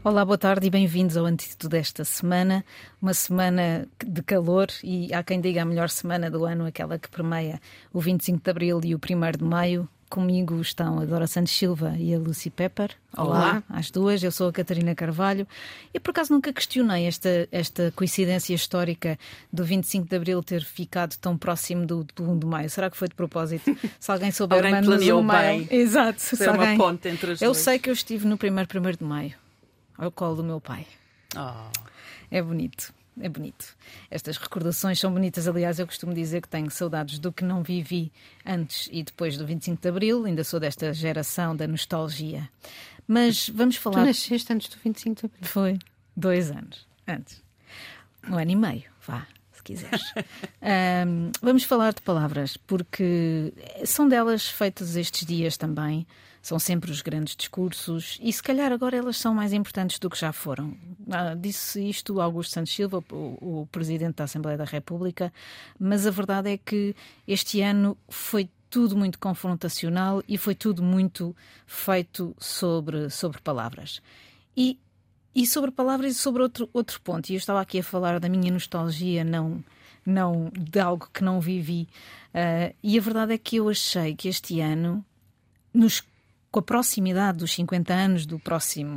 Olá, boa tarde e bem-vindos ao Antídoto desta semana. Uma semana de calor e há quem diga a melhor semana do ano, aquela que permeia o 25 de Abril e o 1º de Maio. Comigo estão a Dora Santos Silva e a Lucy Pepper. Olá, às duas. Eu sou a Catarina Carvalho e por acaso nunca questionei esta coincidência histórica do 25 de Abril ter ficado tão próximo do 1 de Maio. Será que foi de propósito? Se alguém souber, manda-nos um mail. Exato. Se alguém... uma ponte entre as Eu duas. sei que eu estive no 1º de Maio, ao colo do meu pai. Oh. É bonito. É bonito. Estas recordações são bonitas. Aliás, eu costumo dizer que tenho saudades do que não vivi antes e depois do 25 de Abril. Ainda sou desta geração da nostalgia. Mas vamos falar... Tu nasceste antes do 25 de Abril? Foi 2 anos antes. 1 ano e meio, vá, se quiseres. Vamos falar de palavras, porque são delas feitas estes dias também. São sempre os grandes discursos e se calhar agora elas são mais importantes do que já foram. Disse isto Augusto Santos Silva, o Presidente da Assembleia da República, mas a verdade é que este ano foi tudo muito confrontacional e foi tudo muito feito sobre palavras. E sobre palavras e sobre outro ponto. E eu estava aqui a falar da minha nostalgia, não de algo que não vivi. E a verdade é que eu achei que este ano, com a proximidade dos 50 anos do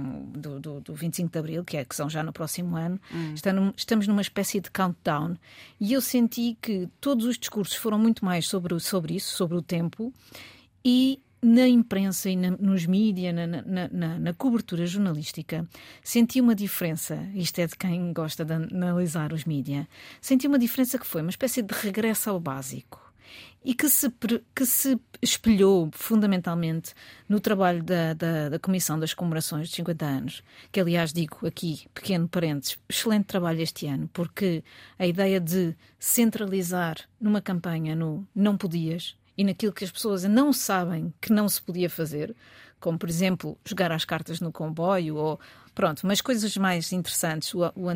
25 de Abril, que são já no próximo ano, estamos numa espécie de countdown, e eu senti que todos os discursos foram muito mais sobre isso, sobre o tempo, e na imprensa e nos mídias, na cobertura jornalística, senti uma diferença, isto é de quem gosta de analisar os mídias, senti uma diferença que foi uma espécie de regresso ao básico. E que se espelhou fundamentalmente no trabalho da Comissão das Comemorações de 50 anos, que aliás digo aqui, pequeno parênteses, excelente trabalho este ano, porque a ideia de centralizar numa campanha no não podias e naquilo que as pessoas não sabem que não se podia fazer, como por exemplo jogar às cartas no comboio, ou pronto, mas coisas mais interessantes, o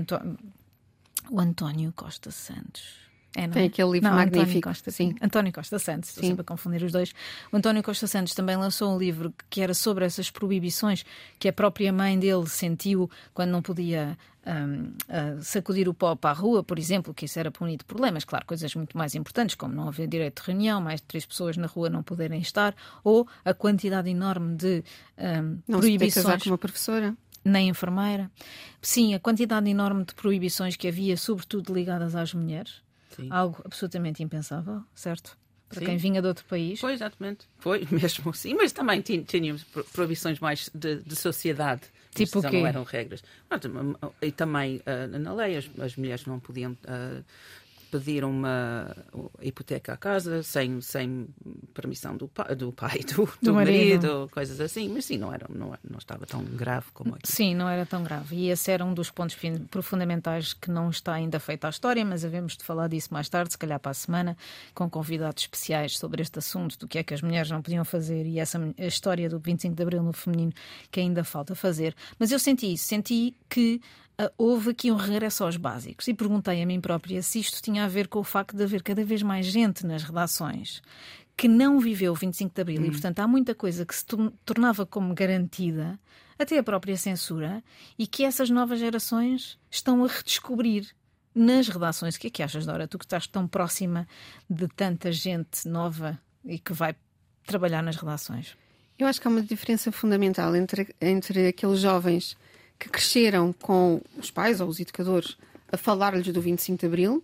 António Costa Santos... Tem aquele livro magnífico. António Costa Santos, estou sempre a confundir os dois. O António Costa Santos também lançou um livro que era sobre essas proibições que a própria mãe dele sentiu quando não podia sacudir o pó para a rua, por exemplo, que isso era punido por lei, mas claro, coisas muito mais importantes, como não haver direito de reunião, mais de 3 pessoas na rua não poderem estar, ou a quantidade enorme de não proibições. Se casar com uma professora. Nem enfermeira. Sim, a quantidade enorme de proibições que havia, sobretudo ligadas às mulheres. Sim. Algo absolutamente impensável, certo? Para quem vinha de outro país. Foi, exatamente. Foi mesmo assim. Mas também tínhamos proibições mais de sociedade. Tipo o quê? Não eram regras. E também, na lei, as mulheres não podiam pedir uma hipoteca à casa sem permissão do pai, do marido, coisas assim. Mas sim, não estava tão grave como aqui. Sim, não era tão grave. E esse era um dos pontos fundamentais que não está ainda feito à história, mas havemos de falar disso mais tarde, se calhar para a semana, com convidados especiais sobre este assunto, do que é que as mulheres não podiam fazer e a história do 25 de Abril no feminino que ainda falta fazer. Mas eu senti isso, senti que houve aqui um regresso aos básicos e perguntei a mim própria se isto tinha a ver com o facto de haver cada vez mais gente nas redações que não viveu o 25 de Abril e, portanto, há muita coisa que se tornava como garantida, até a própria censura, e que essas novas gerações estão a redescobrir nas redações. O que é que achas, Dora? Tu que estás tão próxima de tanta gente nova e que vai trabalhar nas redações. Eu acho que há uma diferença fundamental entre aqueles jovens que cresceram com os pais ou os educadores a falar-lhes do 25 de Abril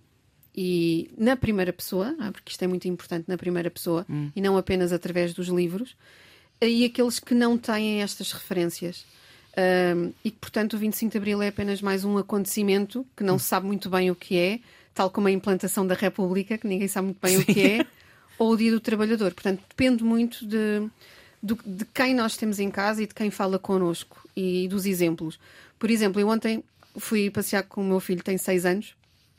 e na primeira pessoa, porque isto é muito importante, na primeira pessoa, e não apenas através dos livros, e aqueles que não têm estas referências. E que, portanto, o 25 de Abril é apenas mais um acontecimento que não se sabe muito bem o que é, tal como a implantação da República, que ninguém sabe muito bem o que é, ou o Dia do Trabalhador. Portanto, depende muito de quem nós temos em casa e de quem fala connosco e dos exemplos. Por exemplo, eu ontem fui passear com o meu filho, tem 6 anos,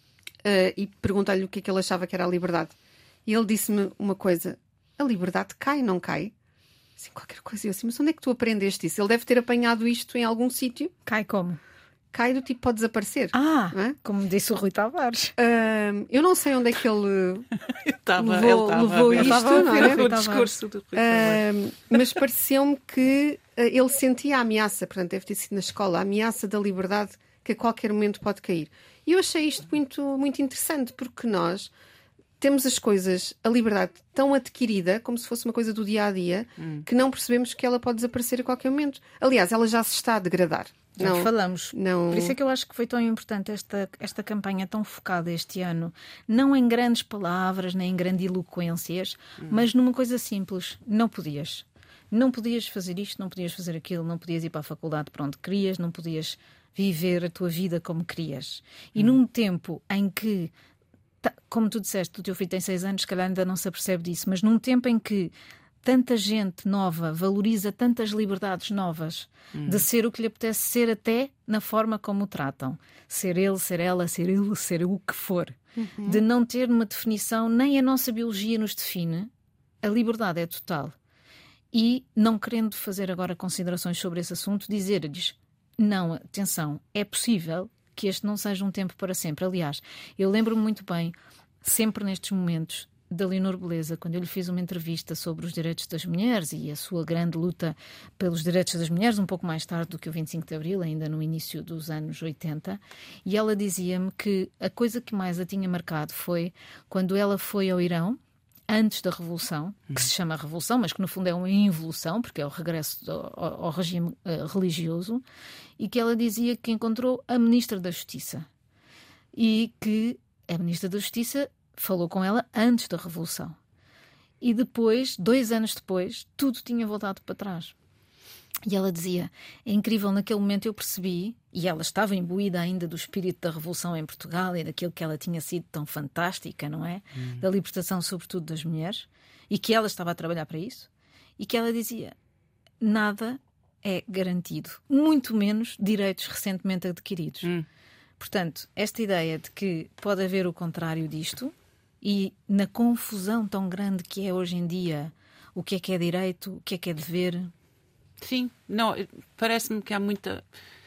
e perguntei-lhe o que é que ele achava que era a liberdade. E ele disse-me uma coisa: a liberdade cai, não cai? Assim, qualquer coisa. Eu assim, mas onde é que tu aprendeste isso? Ele deve ter apanhado isto em algum sítio. Cai como? Cai do tipo, pode desaparecer. É? Como disse o Rui Tavares. Eu não sei onde é que ele levou isto, não é? O discurso do Rui Tavares. Mas pareceu-me que ele sentia a ameaça, portanto, deve ter sido na escola, a ameaça da liberdade que a qualquer momento pode cair. E eu achei isto muito, muito interessante, porque nós temos as coisas, a liberdade tão adquirida, como se fosse uma coisa do dia-a-dia, que não percebemos que ela pode desaparecer a qualquer momento. Aliás, ela já se está a degradar. Não falamos. Não... Por isso é que eu acho que foi tão importante esta campanha tão focada este ano, não em grandes palavras, nem em grandiloquências, mas numa coisa simples. Não podias. Não podias fazer isto, não podias fazer aquilo, não podias ir para a faculdade para onde querias, não podias viver a tua vida como querias. E num tempo em que, como tu disseste, o teu filho tem 6 anos, se calhar ainda não se apercebe disso, mas num tempo em que tanta gente nova valoriza tantas liberdades novas de ser o que lhe apetece ser, até na forma como o tratam. Ser ele, ser ela, ser ele, ser o que for. De não ter uma definição, nem a nossa biologia nos define. A liberdade é total. E, não querendo fazer agora considerações sobre esse assunto, dizer-lhes, não, atenção, é possível que este não seja um tempo para sempre. Aliás, eu lembro-me muito bem, sempre nestes momentos, da Leonor Beleza, quando eu lhe fiz uma entrevista sobre os direitos das mulheres e a sua grande luta pelos direitos das mulheres, um pouco mais tarde do que o 25 de Abril, ainda no início dos anos 80, e ela dizia-me que a coisa que mais a tinha marcado foi quando ela foi ao Irão, antes da Revolução, que se chama Revolução, mas que no fundo é uma involução, porque é o regresso ao regime religioso, e que ela dizia que encontrou a Ministra da Justiça. E que a Ministra da Justiça falou com ela antes da Revolução. E depois, 2 anos depois, tudo tinha voltado para trás. E ela dizia, é incrível, naquele momento eu percebi, e ela estava imbuída ainda do espírito da Revolução em Portugal e daquilo que ela tinha sido tão fantástica, não é? Da libertação, sobretudo, das mulheres, e que ela estava a trabalhar para isso, e que ela dizia, nada é garantido, muito menos direitos recentemente adquiridos. Portanto, esta ideia de que pode haver o contrário disto, e na confusão tão grande que é hoje em dia, o que é direito, o que é dever... Sim, não, parece-me que há muitas,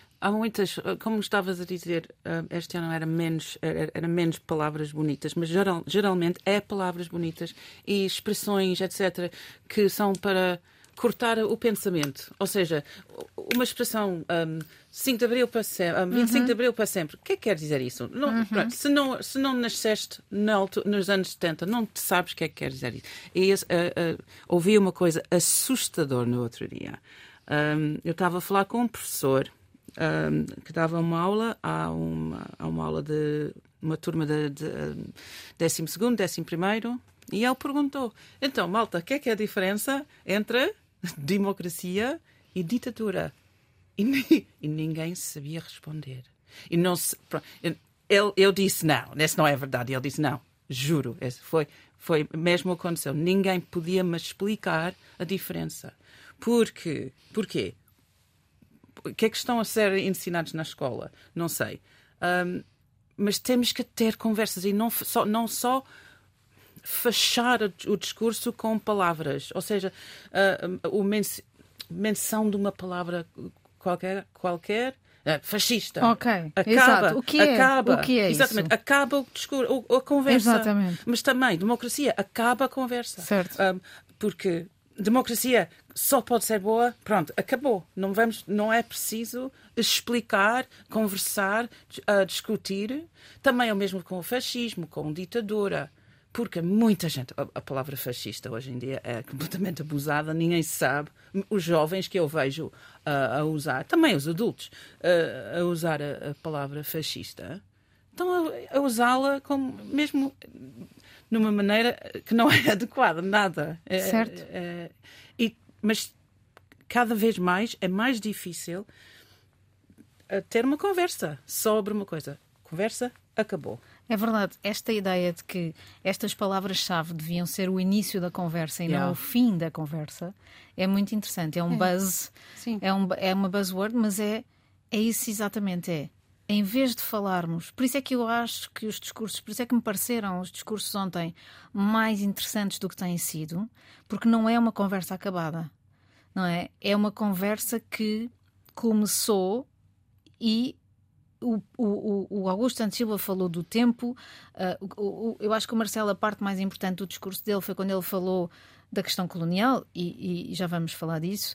como estavas a dizer, este ano era menos palavras bonitas, mas geralmente é palavras bonitas e expressões, etc., que são para cortar o pensamento. Ou seja, uma expressão 5 de Abril para sempre, 25 de Abril para sempre. O que é que quer dizer isso? Não, se não nasceste nos anos 70, não sabes o que é que quer dizer isso. E ouvi uma coisa assustadora no outro dia. Eu estava a falar com um professor que dava uma aula, uma aula de uma turma de 12º, 11º, e ele perguntou, então, malta, o que é a diferença entre democracia e ditadura? E ninguém sabia responder. E não se, eu disse não, isso não é verdade. Ele disse não, juro, foi mesmo aconteceu. Ninguém podia me explicar a diferença. Porquê? O que é que estão a ser ensinados na escola? Não sei. Mas temos que ter conversas e não só fechar o discurso com palavras. Ou seja, menção de uma palavra qualquer fascista. Ok, exato. O que é exatamente, isso? acaba o discurso, a conversa. Exatamente. Mas também, democracia acaba a conversa. Certo. Porque democracia só pode ser boa, pronto, acabou. Não é preciso explicar, conversar, discutir. Também é o mesmo com o fascismo, com a ditadura. Porque muita gente, a palavra fascista hoje em dia é completamente abusada, ninguém sabe. Os jovens que eu vejo a usar, também os adultos, a usar a palavra fascista, estão a usá-la como mesmo numa maneira que não é adequada, nada. Certo. Mas cada vez mais é mais difícil ter uma conversa sobre uma coisa. Conversa, acabou. É verdade, esta ideia de que estas palavras-chave deviam ser o início da conversa e não o fim da conversa é muito interessante. É um buzz, é uma buzzword, mas é isso exatamente. Em vez de falarmos, por isso é que eu acho que os discursos, por isso é que me pareceram os discursos ontem mais interessantes do que têm sido, porque não é uma conversa acabada, não é? É uma conversa que começou e o Augusto Santos Silva falou do tempo. Eu acho que o Marcelo, a parte mais importante do discurso dele foi quando ele falou da questão colonial, e já vamos falar disso.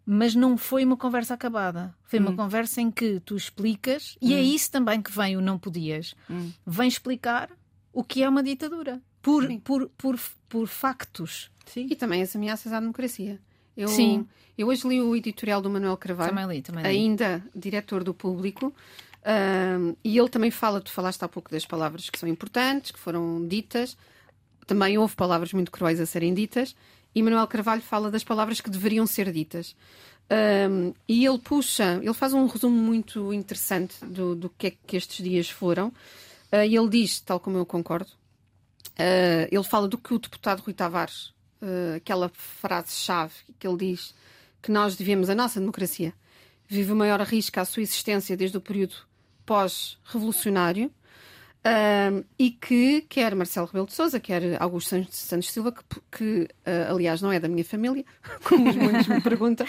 mas não foi uma conversa acabada. Foi uma conversa em que tu explicas, e é isso também que vem o não podias. Vem explicar o que é uma ditadura. Por factos. Sim. E também as ameaças à democracia. Sim. Eu hoje li o editorial do Manuel Carvalho, também li. Ainda diretor do Público, e ele também fala, tu falaste há pouco das palavras que são importantes, que foram ditas, também houve palavras muito cruéis a serem ditas, e Manuel Carvalho fala das palavras que deveriam ser ditas. E ele faz um resumo muito interessante do que é que estes dias foram, e ele diz, tal como eu concordo, ele fala do que o deputado Rui Tavares, aquela frase-chave que ele diz que nós devemos, a nossa democracia, vive o maior risco à sua existência desde o período pós-revolucionário, e que quer Marcelo Rebelo de Sousa, quer Augusto Santos Silva, que aliás não é da minha família, como muitos me perguntam,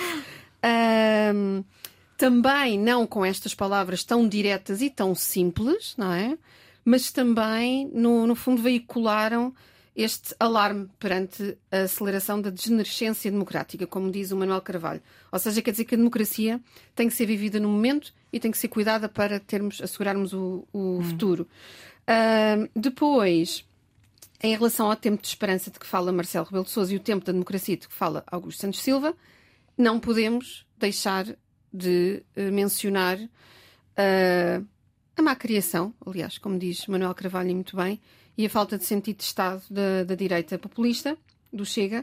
também não com estas palavras tão diretas e tão simples, não é? Mas também, no fundo, veicularam este alarme perante a aceleração da degenerescência democrática, como diz o Manuel Carvalho. Ou seja, quer dizer que a democracia tem que ser vivida no momento e tem que ser cuidada para assegurarmos o futuro. Depois, em relação ao tempo de esperança de que fala Marcelo Rebelo de Sousa e o tempo da democracia de que fala Augusto Santos Silva, não podemos deixar de mencionar a má criação, aliás, como diz Manuel Carvalho muito bem, e a falta de sentido de Estado da direita populista, do Chega,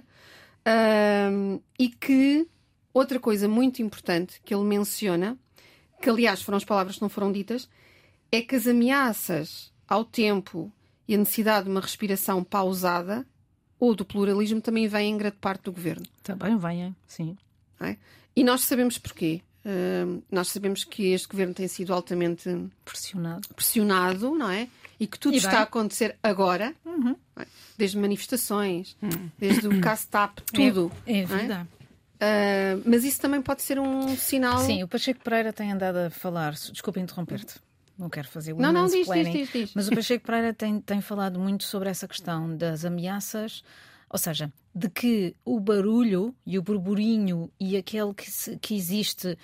e que outra coisa muito importante que ele menciona, que aliás foram as palavras que não foram ditas, é que as ameaças ao tempo e a necessidade de uma respiração pausada ou do pluralismo também vêm em grande parte do governo. Também vêm, sim. É? E nós sabemos porquê. Nós sabemos que este governo tem sido altamente pressionado, não é? E que tudo está a acontecer agora, desde manifestações, desde o caso TAP, tudo. É verdade. Mas isso também pode ser um sinal... Sim, o Pacheco Pereira tem andado a falar... Desculpa interromper-te. Não quero fazer o diz. Mas o Pacheco Pereira tem falado muito sobre essa questão das ameaças, ou seja, de que o barulho e o burburinho e aquele que existe,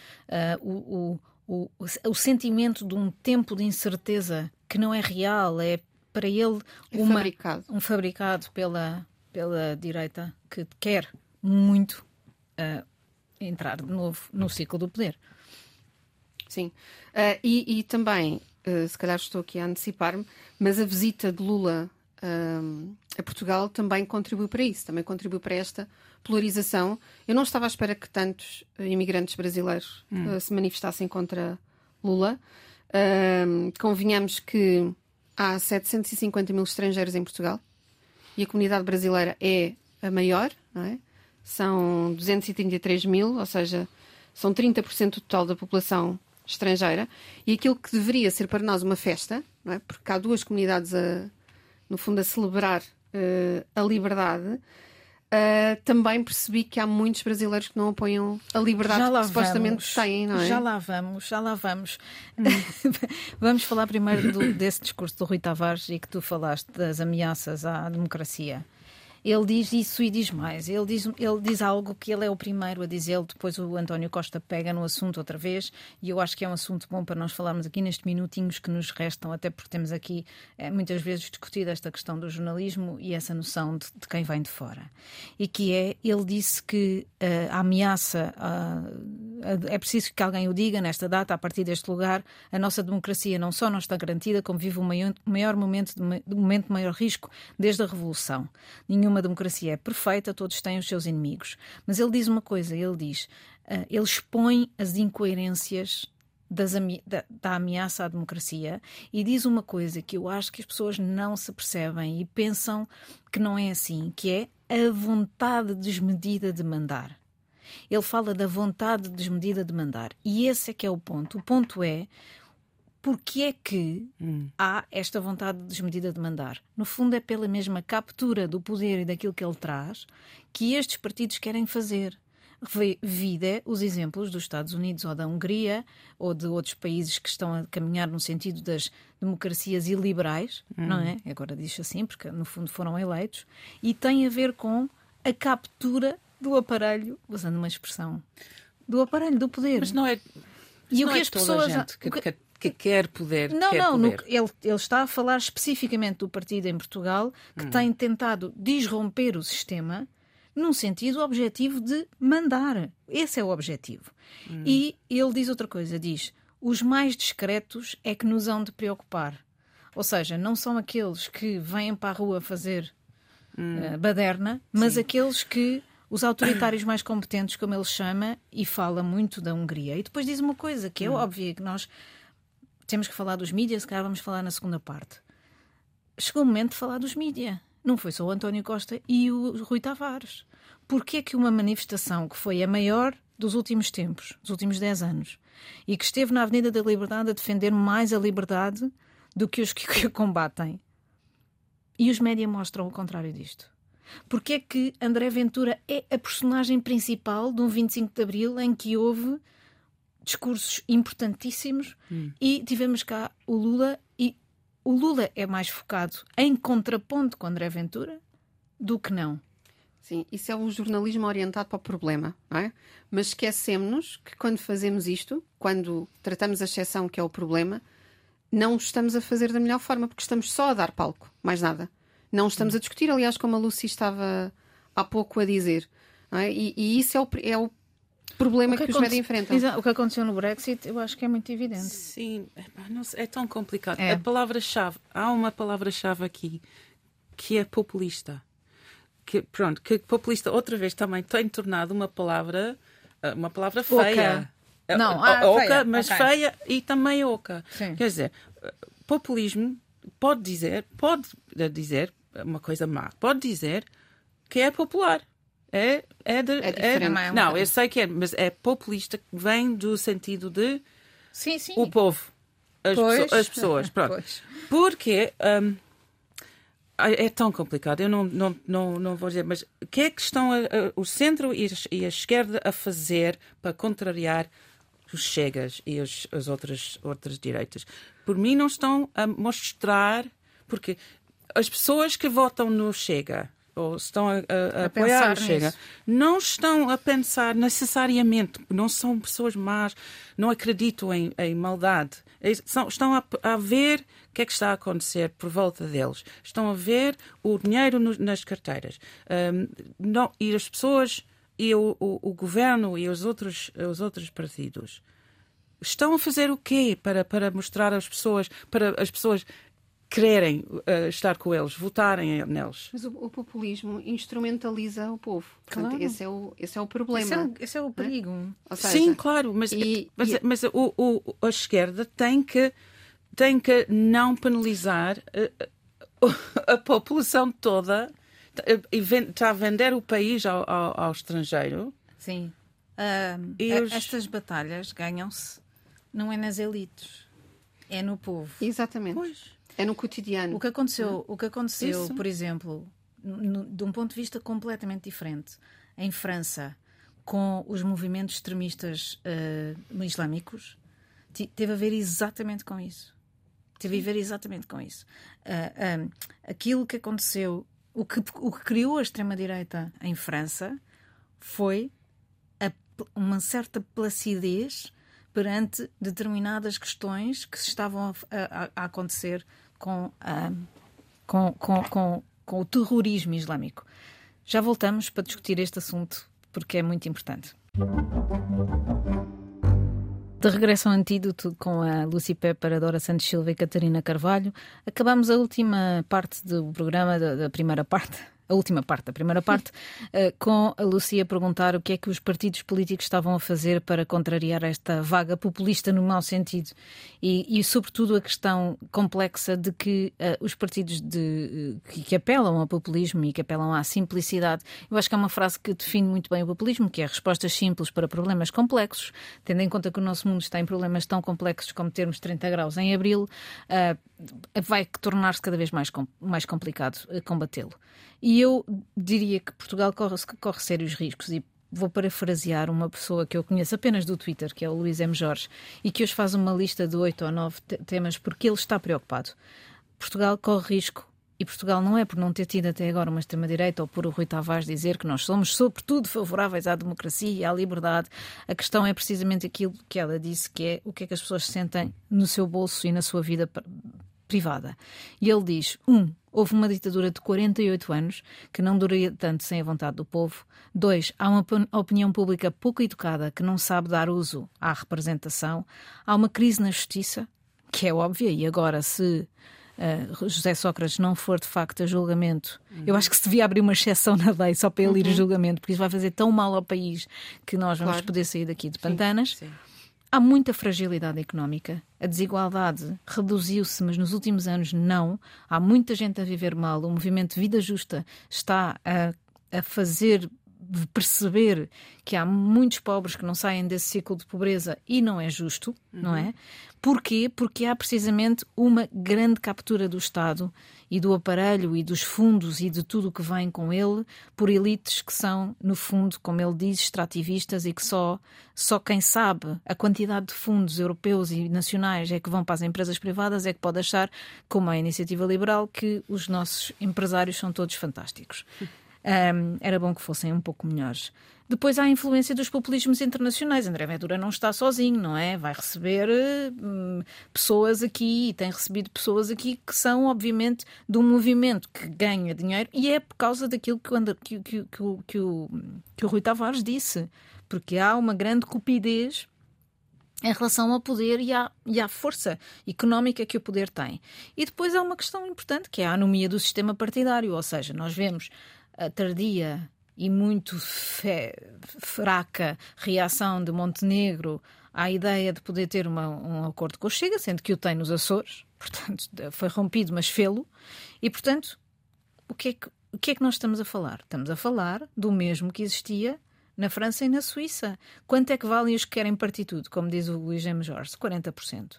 o sentimento de um tempo de incerteza que não é real, é para ele um fabricado pela direita que quer muito entrar de novo no ciclo do poder. Sim. E também, se calhar estou aqui a antecipar-me, mas a visita de Lula a Portugal também contribuiu para isso, também contribuiu para esta polarização. Eu não estava à espera que tantos imigrantes brasileiros se manifestassem contra Lula. Convenhamos que há 750 mil estrangeiros em Portugal e a comunidade brasileira é a maior, não é? São 233 mil, ou seja, são 30% do total da população estrangeira, e aquilo que deveria ser para nós uma festa, não é? Porque há duas comunidades no fundo a celebrar a liberdade, também percebi que há muitos brasileiros que não apoiam a liberdade que supostamente têm, não é? Já lá vamos. Vamos falar primeiro desse discurso do Rui Tavares e que tu falaste das ameaças à democracia. Ele diz isso e diz mais. Ele diz algo que ele é o primeiro a dizer, depois o António Costa pega no assunto outra vez, e eu acho que é um assunto bom para nós falarmos aqui nestes minutinhos que nos restam, até porque temos aqui muitas vezes discutido esta questão do jornalismo e essa noção de quem vem de fora. E que ele disse que a ameaça, é preciso que alguém o diga nesta data, a partir deste lugar, a nossa democracia não só não está garantida, como vive o maior momento de maior risco desde a Revolução. Nenhuma democracia é perfeita, todos têm os seus inimigos. Mas ele diz uma coisa, ele expõe as incoerências da ameaça à democracia e diz uma coisa que eu acho que as pessoas não se percebem e pensam que não é assim, que é a vontade desmedida de mandar. Ele fala da vontade desmedida de mandar. E esse é que é o ponto. O ponto é porque é que há esta vontade desmedida de mandar? No fundo é pela mesma captura do poder e daquilo que ele traz que estes partidos querem fazer. Vide os exemplos dos Estados Unidos ou da Hungria ou de outros países que estão a caminhar no sentido das democracias iliberais, não é? Agora diz assim, porque no fundo foram eleitos, e tem a ver com a captura do aparelho, usando uma expressão do aparelho, do poder. Mas não é, E não o que é as toda pessoas... a gente que quer poder. Não, quer não, poder. ele está a falar especificamente do partido em Portugal que tem tentado disromper o sistema num sentido objetivo de mandar. Esse é o objetivo. E ele diz outra coisa, diz: os mais discretos é que nos hão de preocupar. Ou seja, não são aqueles que vêm para a rua fazer baderna, mas aqueles que... os autoritários mais competentes, como ele chama, e fala muito da Hungria. E depois diz uma coisa que é óbvia, que nós temos que falar dos mídias, se calhar vamos falar na segunda parte. Chegou o momento de falar dos mídias. Não foi só o António Costa e o Rui Tavares. Porquê é que uma manifestação que foi a maior dos últimos tempos, dos últimos 10 anos, e que esteve na Avenida da Liberdade a defender mais a liberdade do que os que a combatem, e os médias mostram o contrário disto? Porque é que André Ventura é a personagem principal de um 25 de Abril em que houve discursos importantíssimos e tivemos cá o Lula, e o Lula é mais focado em contraponto com André Ventura do que não. Sim, isso é o jornalismo orientado para o problema, não é? Mas esquecemos que quando fazemos isto, quando tratamos a exceção que é o problema, não estamos a fazer da melhor forma, porque estamos só a dar palco, mais nada. Não estamos a discutir, aliás, como a Lucy estava há pouco a dizer. Não é? E isso é o problema que os médias enfrentam. O que aconteceu no Brexit, eu acho que é muito evidente. Sim, não sei, é tão complicado. É. A palavra-chave, há uma palavra-chave aqui que é populista. Que populista, outra vez, também tem tornado uma palavra feia. Oca. Não, oca, feia. mas Okay. feia e também oca. Sim. Quer dizer, populismo pode dizer uma coisa má, pode dizer que é popular. É diferente. Não, eu sei que é, mas é populista, que vem do sentido de Sim. o povo, as pessoas. Pronto. Pois. Porque é tão complicado, eu não vou dizer, mas o que é que estão o centro e a esquerda a fazer para contrariar os chegas e as outras direitas? Por mim, não estão a mostrar, porque as pessoas que votam no Chega ou estão a apoiar o Chega nisso. não estão a pensar necessariamente, não são pessoas más, não acreditam em maldade. Estão a ver o que é que está a acontecer por volta deles. Estão a ver o dinheiro nas carteiras. E as pessoas e o governo e os outros partidos estão a fazer o quê para mostrar às pessoas, para as pessoas quererem estar com eles, votarem neles? Mas o populismo instrumentaliza o povo. Portanto, Claro. esse é o problema. Esse é o perigo. Ou seja, Sim, claro, mas a esquerda tem que não penalizar a população toda. Está a vender o país ao estrangeiro. Sim. Estas batalhas ganham-se não é nas elites, é no povo. Exatamente. Pois. É no cotidiano. O que aconteceu, Isso. por exemplo, de um ponto de vista completamente diferente, em França, com os movimentos extremistas islâmicos, teve a ver exatamente com isso. Aquilo que aconteceu, o que criou a extrema-direita em França foi uma certa placidez perante determinadas questões que se estavam a acontecer com o terrorismo islâmico. Já voltamos para discutir este assunto porque é muito importante. De regresso ao Antídoto com a Lucy Pepper, a Dora Santos Silva e Catarina Carvalho, acabamos a última parte do programa, da primeira parte. A última parte da primeira parte, com a Lucia a perguntar o que é que os partidos políticos estavam a fazer para contrariar esta vaga populista no mau sentido e sobretudo, a questão complexa de que os partidos que apelam ao populismo e que apelam à simplicidade, eu acho que é uma frase que define muito bem o populismo, que é respostas simples para problemas complexos, tendo em conta que o nosso mundo está em problemas tão complexos como termos 30 graus em abril, vai tornar-se cada vez mais complicado combatê-lo. E eu diria que Portugal corre sérios riscos, e vou parafrasear uma pessoa que eu conheço apenas do Twitter, que é o Luís M. Jorge, e que hoje faz uma lista de 8 ou 9 temas porque ele está preocupado. Portugal corre risco e Portugal não é por não ter tido até agora uma extrema-direita ou por o Rui Tavares dizer que nós somos, sobretudo, favoráveis à democracia e à liberdade. A questão é precisamente aquilo que ela disse, que é o que é que as pessoas sentem no seu bolso e na sua vida privada. E ele diz, houve uma ditadura de 48 anos que não duraria tanto sem a vontade do povo. 2, há uma opinião pública pouco educada que não sabe dar uso à representação. Há uma crise na justiça, que é óbvia, e agora se José Sócrates não for de facto a julgamento, eu acho que se devia abrir uma exceção na lei só para ele ir a julgamento, porque isso vai fazer tão mal ao país que nós vamos poder sair daqui de pantanas. Sim. Há muita fragilidade económica. A desigualdade reduziu-se, mas nos últimos anos não. Há muita gente a viver mal. O movimento Vida Justa está a fazer perceber que há muitos pobres que não saem desse ciclo de pobreza e não é justo, não é? Porquê? Porque há precisamente uma grande captura do Estado e do aparelho e dos fundos e de tudo o que vem com ele por elites que são, no fundo, como ele diz, extrativistas e que só quem sabe a quantidade de fundos europeus e nacionais é que vão para as empresas privadas é que pode achar, como a iniciativa liberal, que os nossos empresários são todos fantásticos. Era bom que fossem um pouco melhores. Depois há a influência dos populismos internacionais. André Ventura não está sozinho, não é? Vai receber pessoas aqui e tem recebido pessoas aqui que são, obviamente, de um movimento que ganha dinheiro e é por causa daquilo que o Rui Tavares disse. Porque há uma grande cupidez em relação ao poder e à força económica que o poder tem. E depois há uma questão importante, que é a anomia do sistema partidário. Ou seja, nós vemos a tardia e muito fraca reação de Montenegro à ideia de poder ter um acordo com o Chega, sendo que o tem nos Açores, portanto foi rompido, mas fê-lo. E, portanto, o que é que nós estamos a falar? Estamos a falar do mesmo que existia na França e na Suíça. Quanto é que valem os que querem partir tudo, como diz o Luís M. Jorge? 40%.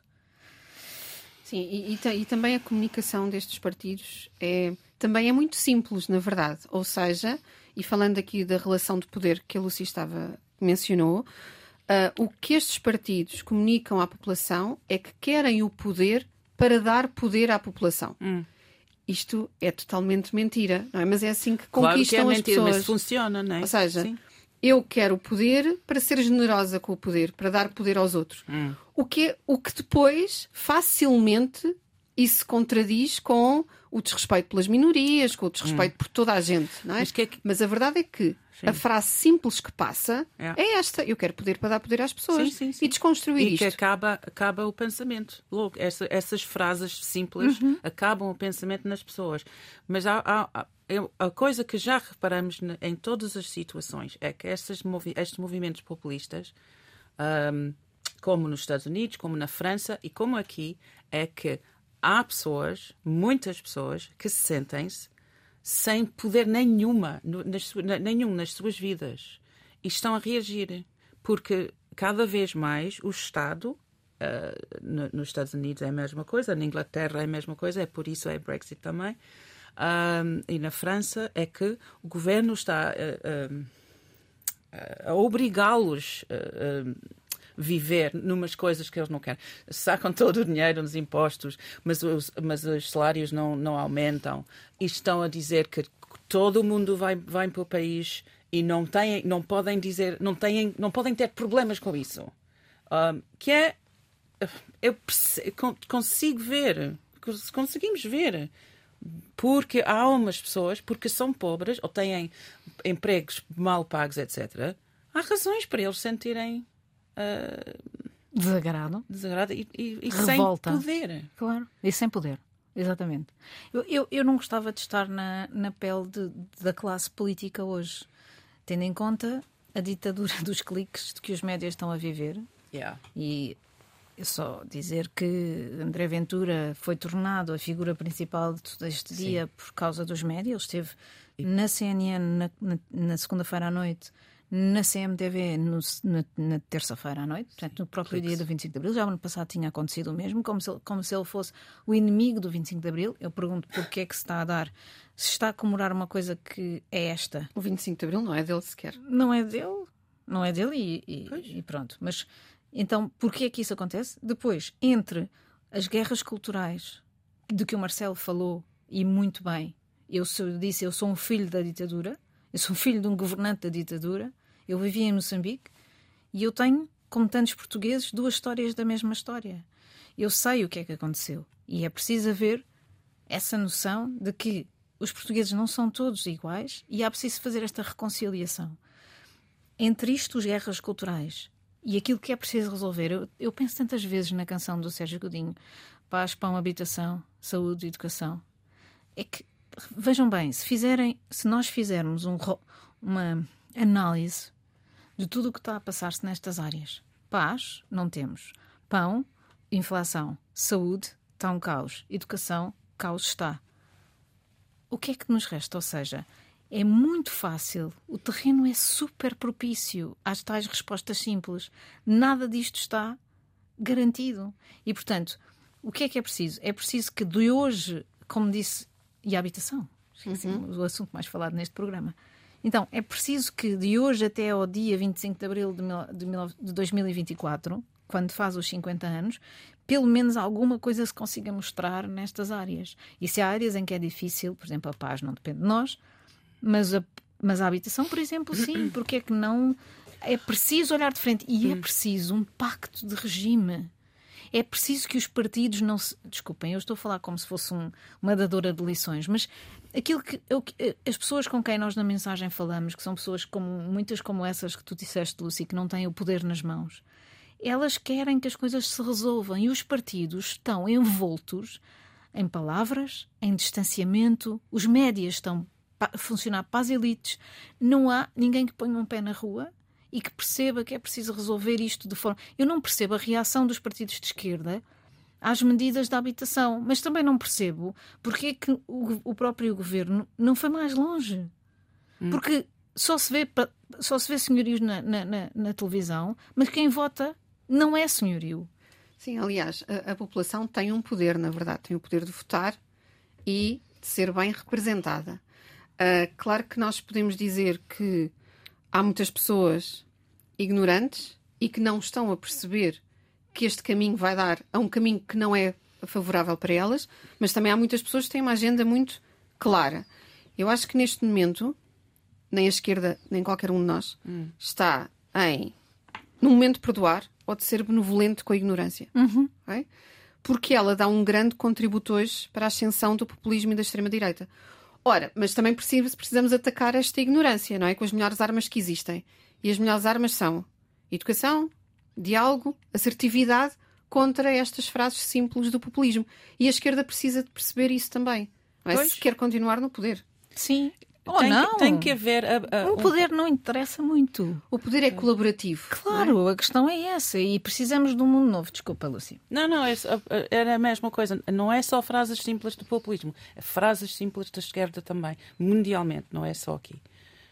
Sim, e também a comunicação destes partidos também é muito simples, na verdade. Ou seja, e falando aqui da relação de poder que a Lucy mencionou, o que estes partidos comunicam à população é que querem o poder para dar poder à população. Isto é totalmente mentira, não é? Mas é assim que conquistam claro que é as mentira, pessoas. Mas funciona, não é? Ou seja, sim. Eu quero o poder para ser generosa com o poder, para dar poder aos outros. O que depois facilmente isso se contradiz com o desrespeito pelas minorias, com o desrespeito por toda a gente, não é? Mas a verdade é que a frase simples que passa é esta: eu quero poder para dar poder às pessoas. Sim. E desconstruir isto. E que acaba o pensamento. Logo, essas frases simples acabam o pensamento nas pessoas. Mas a coisa que já reparamos em todas as situações é que estes movimentos populistas, como nos Estados Unidos, como na França e como aqui, é que há pessoas, muitas pessoas, que se sentem-se sem poder nenhum nas suas vidas e estão a reagir. Porque cada vez mais o Estado, nos Estados Unidos é a mesma coisa, na Inglaterra é a mesma coisa, é por isso é Brexit também, e na França é que o governo está a obrigá-los a viver numas coisas que eles não querem. Sacam todo o dinheiro nos impostos, mas os salários não aumentam. E estão a dizer que todo o mundo vai para o país e não podem ter problemas com isso. Que é... Conseguimos ver. Porque há umas pessoas, porque são pobres ou têm empregos mal pagos, etc., há razões para eles sentirem desagrado e revolta. Sem poder. Claro, e sem poder, exatamente. Eu não gostava de estar na pele da classe política hoje, tendo em conta a ditadura dos cliques de que os médias estão a viver. E é só dizer que André Ventura foi tornado a figura principal de todo este dia por causa dos médias. Ele esteve na CNN na segunda-feira à noite, na CMTV na terça-feira à noite, portanto no próprio dia do 25 de Abril. Já no ano passado tinha acontecido o mesmo, como se ele fosse o inimigo do 25 de Abril. Eu pergunto porquê é que se está a dar, se está a comemorar uma coisa que é esta. O 25 de Abril não é dele sequer. Não é dele e pronto. Mas então porquê é que isso acontece? Depois, entre as guerras culturais de que o Marcelo falou e muito bem. Eu sou um filho da ditadura, eu sou um filho de um governante da ditadura, eu vivi em Moçambique e eu tenho, como tantos portugueses, 2 histórias da mesma história. Eu sei o que é que aconteceu e é preciso haver essa noção de que os portugueses não são todos iguais e há preciso fazer esta reconciliação. Entre isto, as guerras culturais e aquilo que é preciso resolver. Eu penso tantas vezes na canção do Sérgio Godinho, Paz, Pão, Habitação, Saúde e Educação. É que, vejam bem, se nós fizermos uma análise de tudo o que está a passar-se nestas áreas. Paz, não temos. Pão, inflação. Saúde, está um caos. Educação, caos está. O que é que nos resta? Ou seja, é muito fácil, o terreno é super propício às tais respostas simples. Nada disto está garantido. E, portanto, o que é preciso? É preciso que de hoje, como disse, e a habitação, o assunto mais falado neste programa. Então, é preciso que de hoje até ao dia 25 de abril de 2024, quando faz os 50 anos, pelo menos alguma coisa se consiga mostrar nestas áreas. E se há áreas em que é difícil, por exemplo, a paz não depende de nós, mas a habitação, por exemplo, sim, porque é que não? É preciso olhar de frente e é preciso um pacto de regime. É preciso que os partidos não se... Desculpem, eu estou a falar como se fosse uma dadora de lições, mas aquilo que as pessoas com quem nós na mensagem falamos, que são pessoas muitas como essas que tu disseste, Lúcia, que não têm o poder nas mãos, elas querem que as coisas se resolvam e os partidos estão envoltos em palavras, em distanciamento, os médias estão a funcionar para as elites, não há ninguém que ponha um pé na rua e que perceba que é preciso resolver isto de forma... Eu não percebo a reação dos partidos de esquerda às medidas da habitação, mas também não percebo porque é que o próprio governo não foi mais longe. Porque só se vê senhorios na televisão, mas quem vota não é senhorio. Sim, aliás, a população tem um poder, na verdade, tem o poder de votar e de ser bem representada. Claro que nós podemos dizer que há muitas pessoas ignorantes e que não estão a perceber que este caminho vai dar a um caminho que não é favorável para elas, mas também há muitas pessoas que têm uma agenda muito clara. Eu acho que neste momento, nem a esquerda, nem qualquer um de nós, está num momento de perdoar ou de ser benevolente com a ignorância. Okay? Porque ela dá um grande contributo hoje para a ascensão do populismo e da extrema-direita. Ora, mas também precisamos atacar esta ignorância, não é? Com as melhores armas que existem. E as melhores armas são educação, diálogo, assertividade contra estas frases simples do populismo. E a esquerda precisa de perceber isso também. Não é? Se quer continuar no poder. Sim. Tem que haver... O poder não interessa muito. O poder é colaborativo. Claro, a questão é essa. E precisamos de um mundo novo. Desculpa, Lúcia. Não, era a mesma coisa. Não é só frases simples do populismo. É frases simples da esquerda também. Mundialmente, não é só aqui.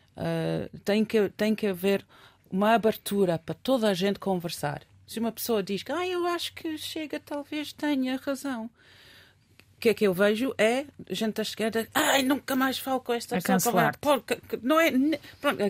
Tem que haver uma abertura para toda a gente conversar. Se uma pessoa diz que eu acho que Chega talvez tenha razão... O que é que eu vejo é gente da esquerda, nunca mais falo com esta pessoa. Não é, pronto,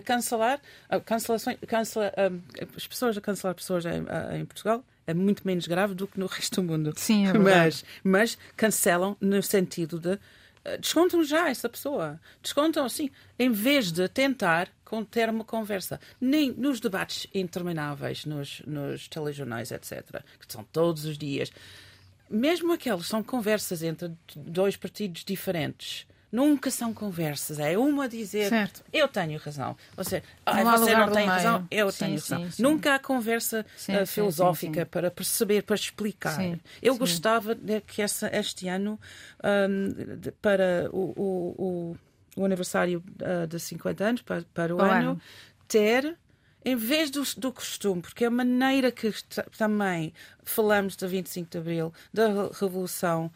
as pessoas a cancelar pessoas em Portugal é muito menos grave do que no resto do mundo. Sim, é verdade. Mas cancelam no sentido de descontam já essa pessoa. Descontam assim, em vez de tentar ter uma conversa. Nem nos debates intermináveis, nos telejornais, etc., que são todos os dias. Mesmo aqueles são conversas entre 2 partidos diferentes. Nunca são conversas. É uma dizer, certo. Eu tenho razão. Você não tem razão, eu tenho razão. Sim. Nunca há conversa filosófica para perceber, para explicar. Eu gostava que este ano, para o aniversário de 50 anos, para o ano, ter... Em vez do costume, porque a maneira que também falamos de 25 de Abril, da Revolução,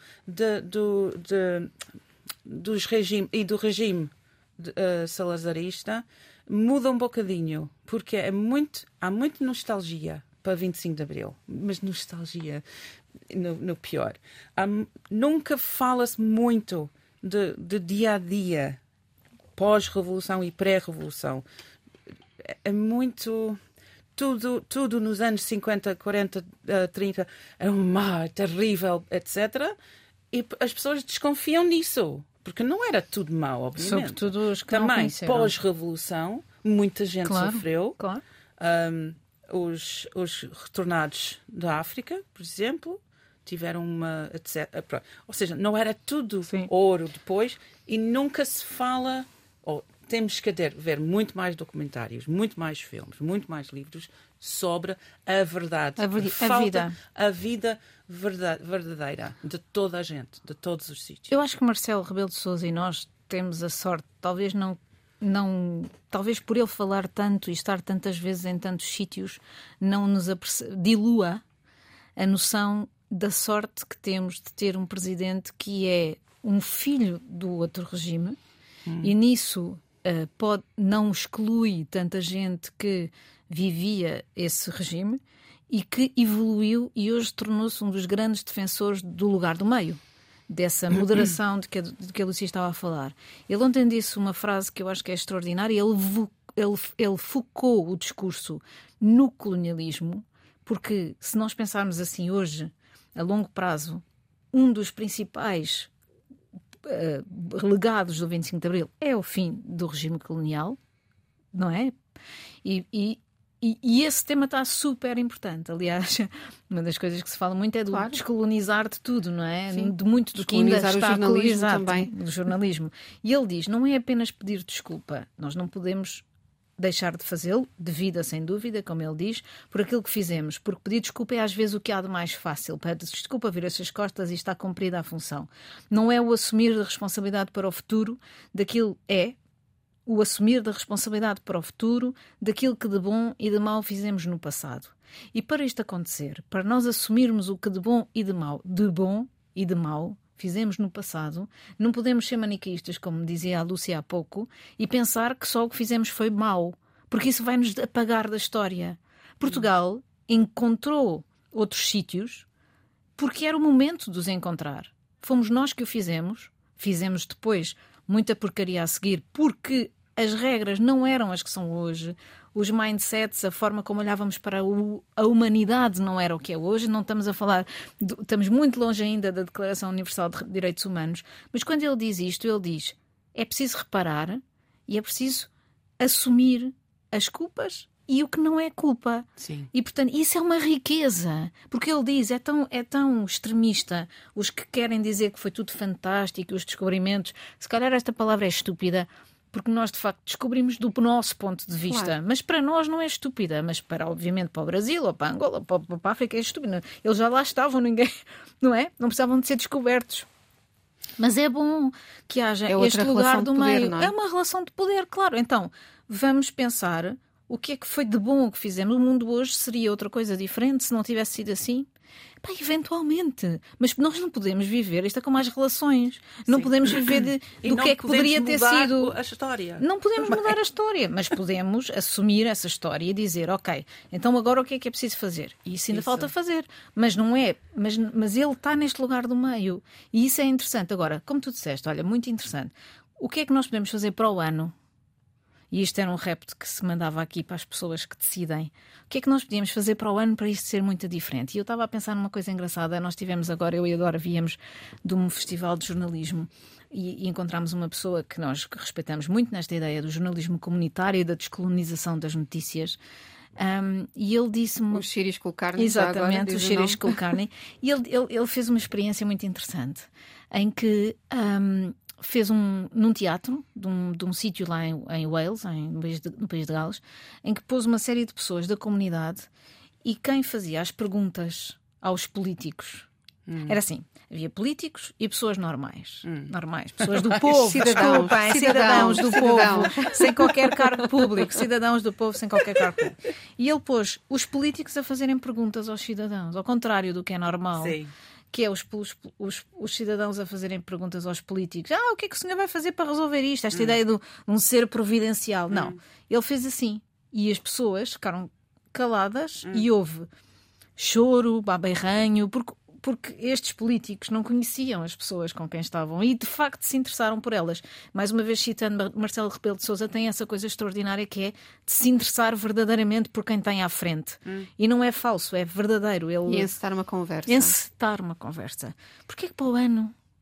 dos regime e do regime salazarista, muda um bocadinho, porque há muita nostalgia para 25 de Abril, mas nostalgia no pior. Nunca fala-se muito de dia a dia, pós-revolução e pré-revolução. É muito... Tudo nos anos 50, 40, 30 é um mar terrível, etc. E as pessoas desconfiam disso, porque não era tudo mau, obviamente. Sobretudo os que também, não conheceram. Pós-revolução, muita gente sofreu. Claro. Os retornados da África, por exemplo, tiveram uma... Etc. Ou seja, não era tudo ouro depois, e nunca se fala... Temos que ver muito mais documentários, muito mais filmes, muito mais livros sobre a verdade. A vida verdadeira de toda a gente, de todos os sítios. Eu acho que Marcelo Rebelo de Sousa e nós temos a sorte, talvez talvez por ele falar tanto e estar tantas vezes em tantos sítios, não nos dilua a noção da sorte que temos de ter um presidente que é um filho do outro regime e nisso não exclui tanta gente que vivia esse regime e que evoluiu e hoje tornou-se um dos grandes defensores do lugar do meio, dessa moderação de que a Lucia estava a falar. Ele ontem disse uma frase que eu acho que é extraordinária. Ele focou o discurso no colonialismo, porque se nós pensarmos assim hoje, a longo prazo, um dos principais legados do 25 de Abril é o fim do regime colonial, não é? E esse tema está super importante. Aliás, uma das coisas que se fala muito é do descolonizar de tudo, não é? Sim. De muito do que ainda está colonizado também. Do jornalismo. E ele diz, não é apenas pedir desculpa, nós não podemos deixar de fazê-lo, devida sem dúvida, como ele diz, por aquilo que fizemos, porque pedir desculpa é às vezes o que há de mais fácil. Pede desculpa, vira-se as costas e está cumprida a função. Não é o assumir a responsabilidade para o futuro daquilo o assumir da responsabilidade para o futuro daquilo que de bom e de mau fizemos no passado. E para isto acontecer, para nós assumirmos o que de bom e de mau fizemos no passado, não podemos ser maniqueístas, como dizia a Lúcia há pouco, e pensar que só o que fizemos foi mau, porque isso vai nos apagar da história. Portugal encontrou outros sítios porque era o momento de os encontrar. Fomos nós que o fizemos depois muita porcaria a seguir, porque as regras não eram as que são hoje, os mindsets, a forma como olhávamos para a humanidade não era o que é hoje. Não estamos a falar, estamos muito longe ainda da Declaração Universal de Direitos Humanos, mas quando ele diz isto, ele diz, é preciso reparar e é preciso assumir as culpas e o que não é culpa. Sim. E, portanto, isso é uma riqueza. Porque ele diz, é tão extremista, os que querem dizer que foi tudo fantástico, os descobrimentos. Se calhar esta palavra é estúpida, porque nós, de facto, descobrimos do nosso ponto de vista. Claro. Mas para nós não é estúpida. Mas, obviamente, para o Brasil, ou para Angola, ou para a África é estúpida. Eles já lá estavam, ninguém... Não é? Não precisavam de ser descobertos. Mas é bom que haja este lugar do meio. Não é? É uma relação de poder, claro. Então, vamos pensar... O que é que foi de bom o que fizemos? O mundo hoje seria outra coisa diferente se não tivesse sido assim? Eventualmente. Mas nós não podemos viver, isto é como as relações. Não podemos viver do que é que poderia ter sido. A história. Não podemos mudar a história, mas podemos assumir essa história e dizer, ok, então agora o que é preciso fazer? E isso ainda falta fazer. Mas não é. Mas ele está neste lugar do meio. E isso é interessante. Agora, como tu disseste, olha, muito interessante. O que é que nós podemos fazer para o ano? E isto era um repto que se mandava aqui para as pessoas que decidem. O que é que nós podíamos fazer para o ano para isto ser muito diferente? E eu estava a pensar numa coisa engraçada. Nós tivemos agora, eu e a Dora viemos de um festival de jornalismo e encontramos uma pessoa que nós respeitamos muito nesta ideia do jornalismo comunitário e da descolonização das notícias. E ele disse-me... O Shiris Kulkarni. Exatamente, o Shiris Kulkarni. E ele fez uma experiência muito interessante em que... fez num teatro de um sítio lá em Wales, no país de Gales, em que pôs uma série de pessoas da comunidade e quem fazia as perguntas aos políticos era assim, havia políticos e pessoas normais, pessoas do povo, cidadãos do povo, sem qualquer cargo público, cidadãos do povo sem qualquer cargo público. E ele pôs os políticos a fazerem perguntas aos cidadãos, ao contrário do que é normal. Sim. Que é os cidadãos a fazerem perguntas aos políticos. O que é que o senhor vai fazer para resolver isto? Esta ideia de um ser providencial. Não. Ele fez assim. E as pessoas ficaram caladas e houve choro, baberranho, porque estes políticos não conheciam as pessoas com quem estavam e, de facto, se interessaram por elas. Mais uma vez, citando Marcelo Rebelo de Sousa, tem essa coisa extraordinária que é de se interessar verdadeiramente por quem tem à frente. E não é falso, é verdadeiro. E encetar uma conversa. Encetar uma conversa. Porquê que para o ano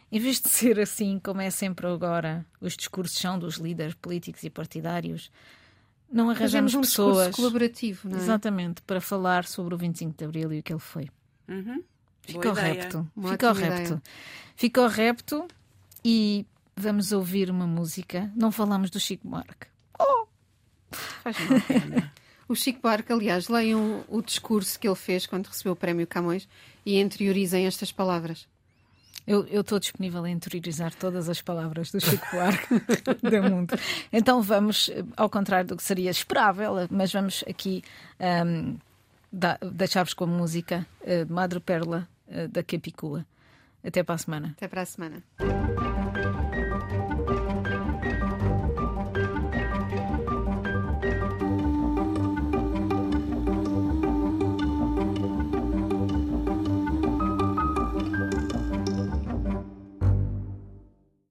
em vez de ser assim, como é sempre agora, os discursos são dos líderes políticos e partidários, não arranjamos Fazemos um pessoas discurso colaborativo, não é? exatamente para falar sobre o 25 de Abril e o que ele foi. Fica o repto. Uma Fica o ótima repto. ideia. Fica o repto e vamos ouvir uma música. Não falamos do Chico Buarque. Faz mal. O Chico Buarque, aliás, leiam o discurso que ele fez quando recebeu o Prémio Camões e interiorizem estas palavras. Eu estou disponível a interiorizar todas as palavras do Chico Buarque do mundo. Então vamos, ao contrário do que seria esperável, mas vamos aqui deixar-vos com a música Madre Perla da Capicua. Até para a semana. Até para a semana.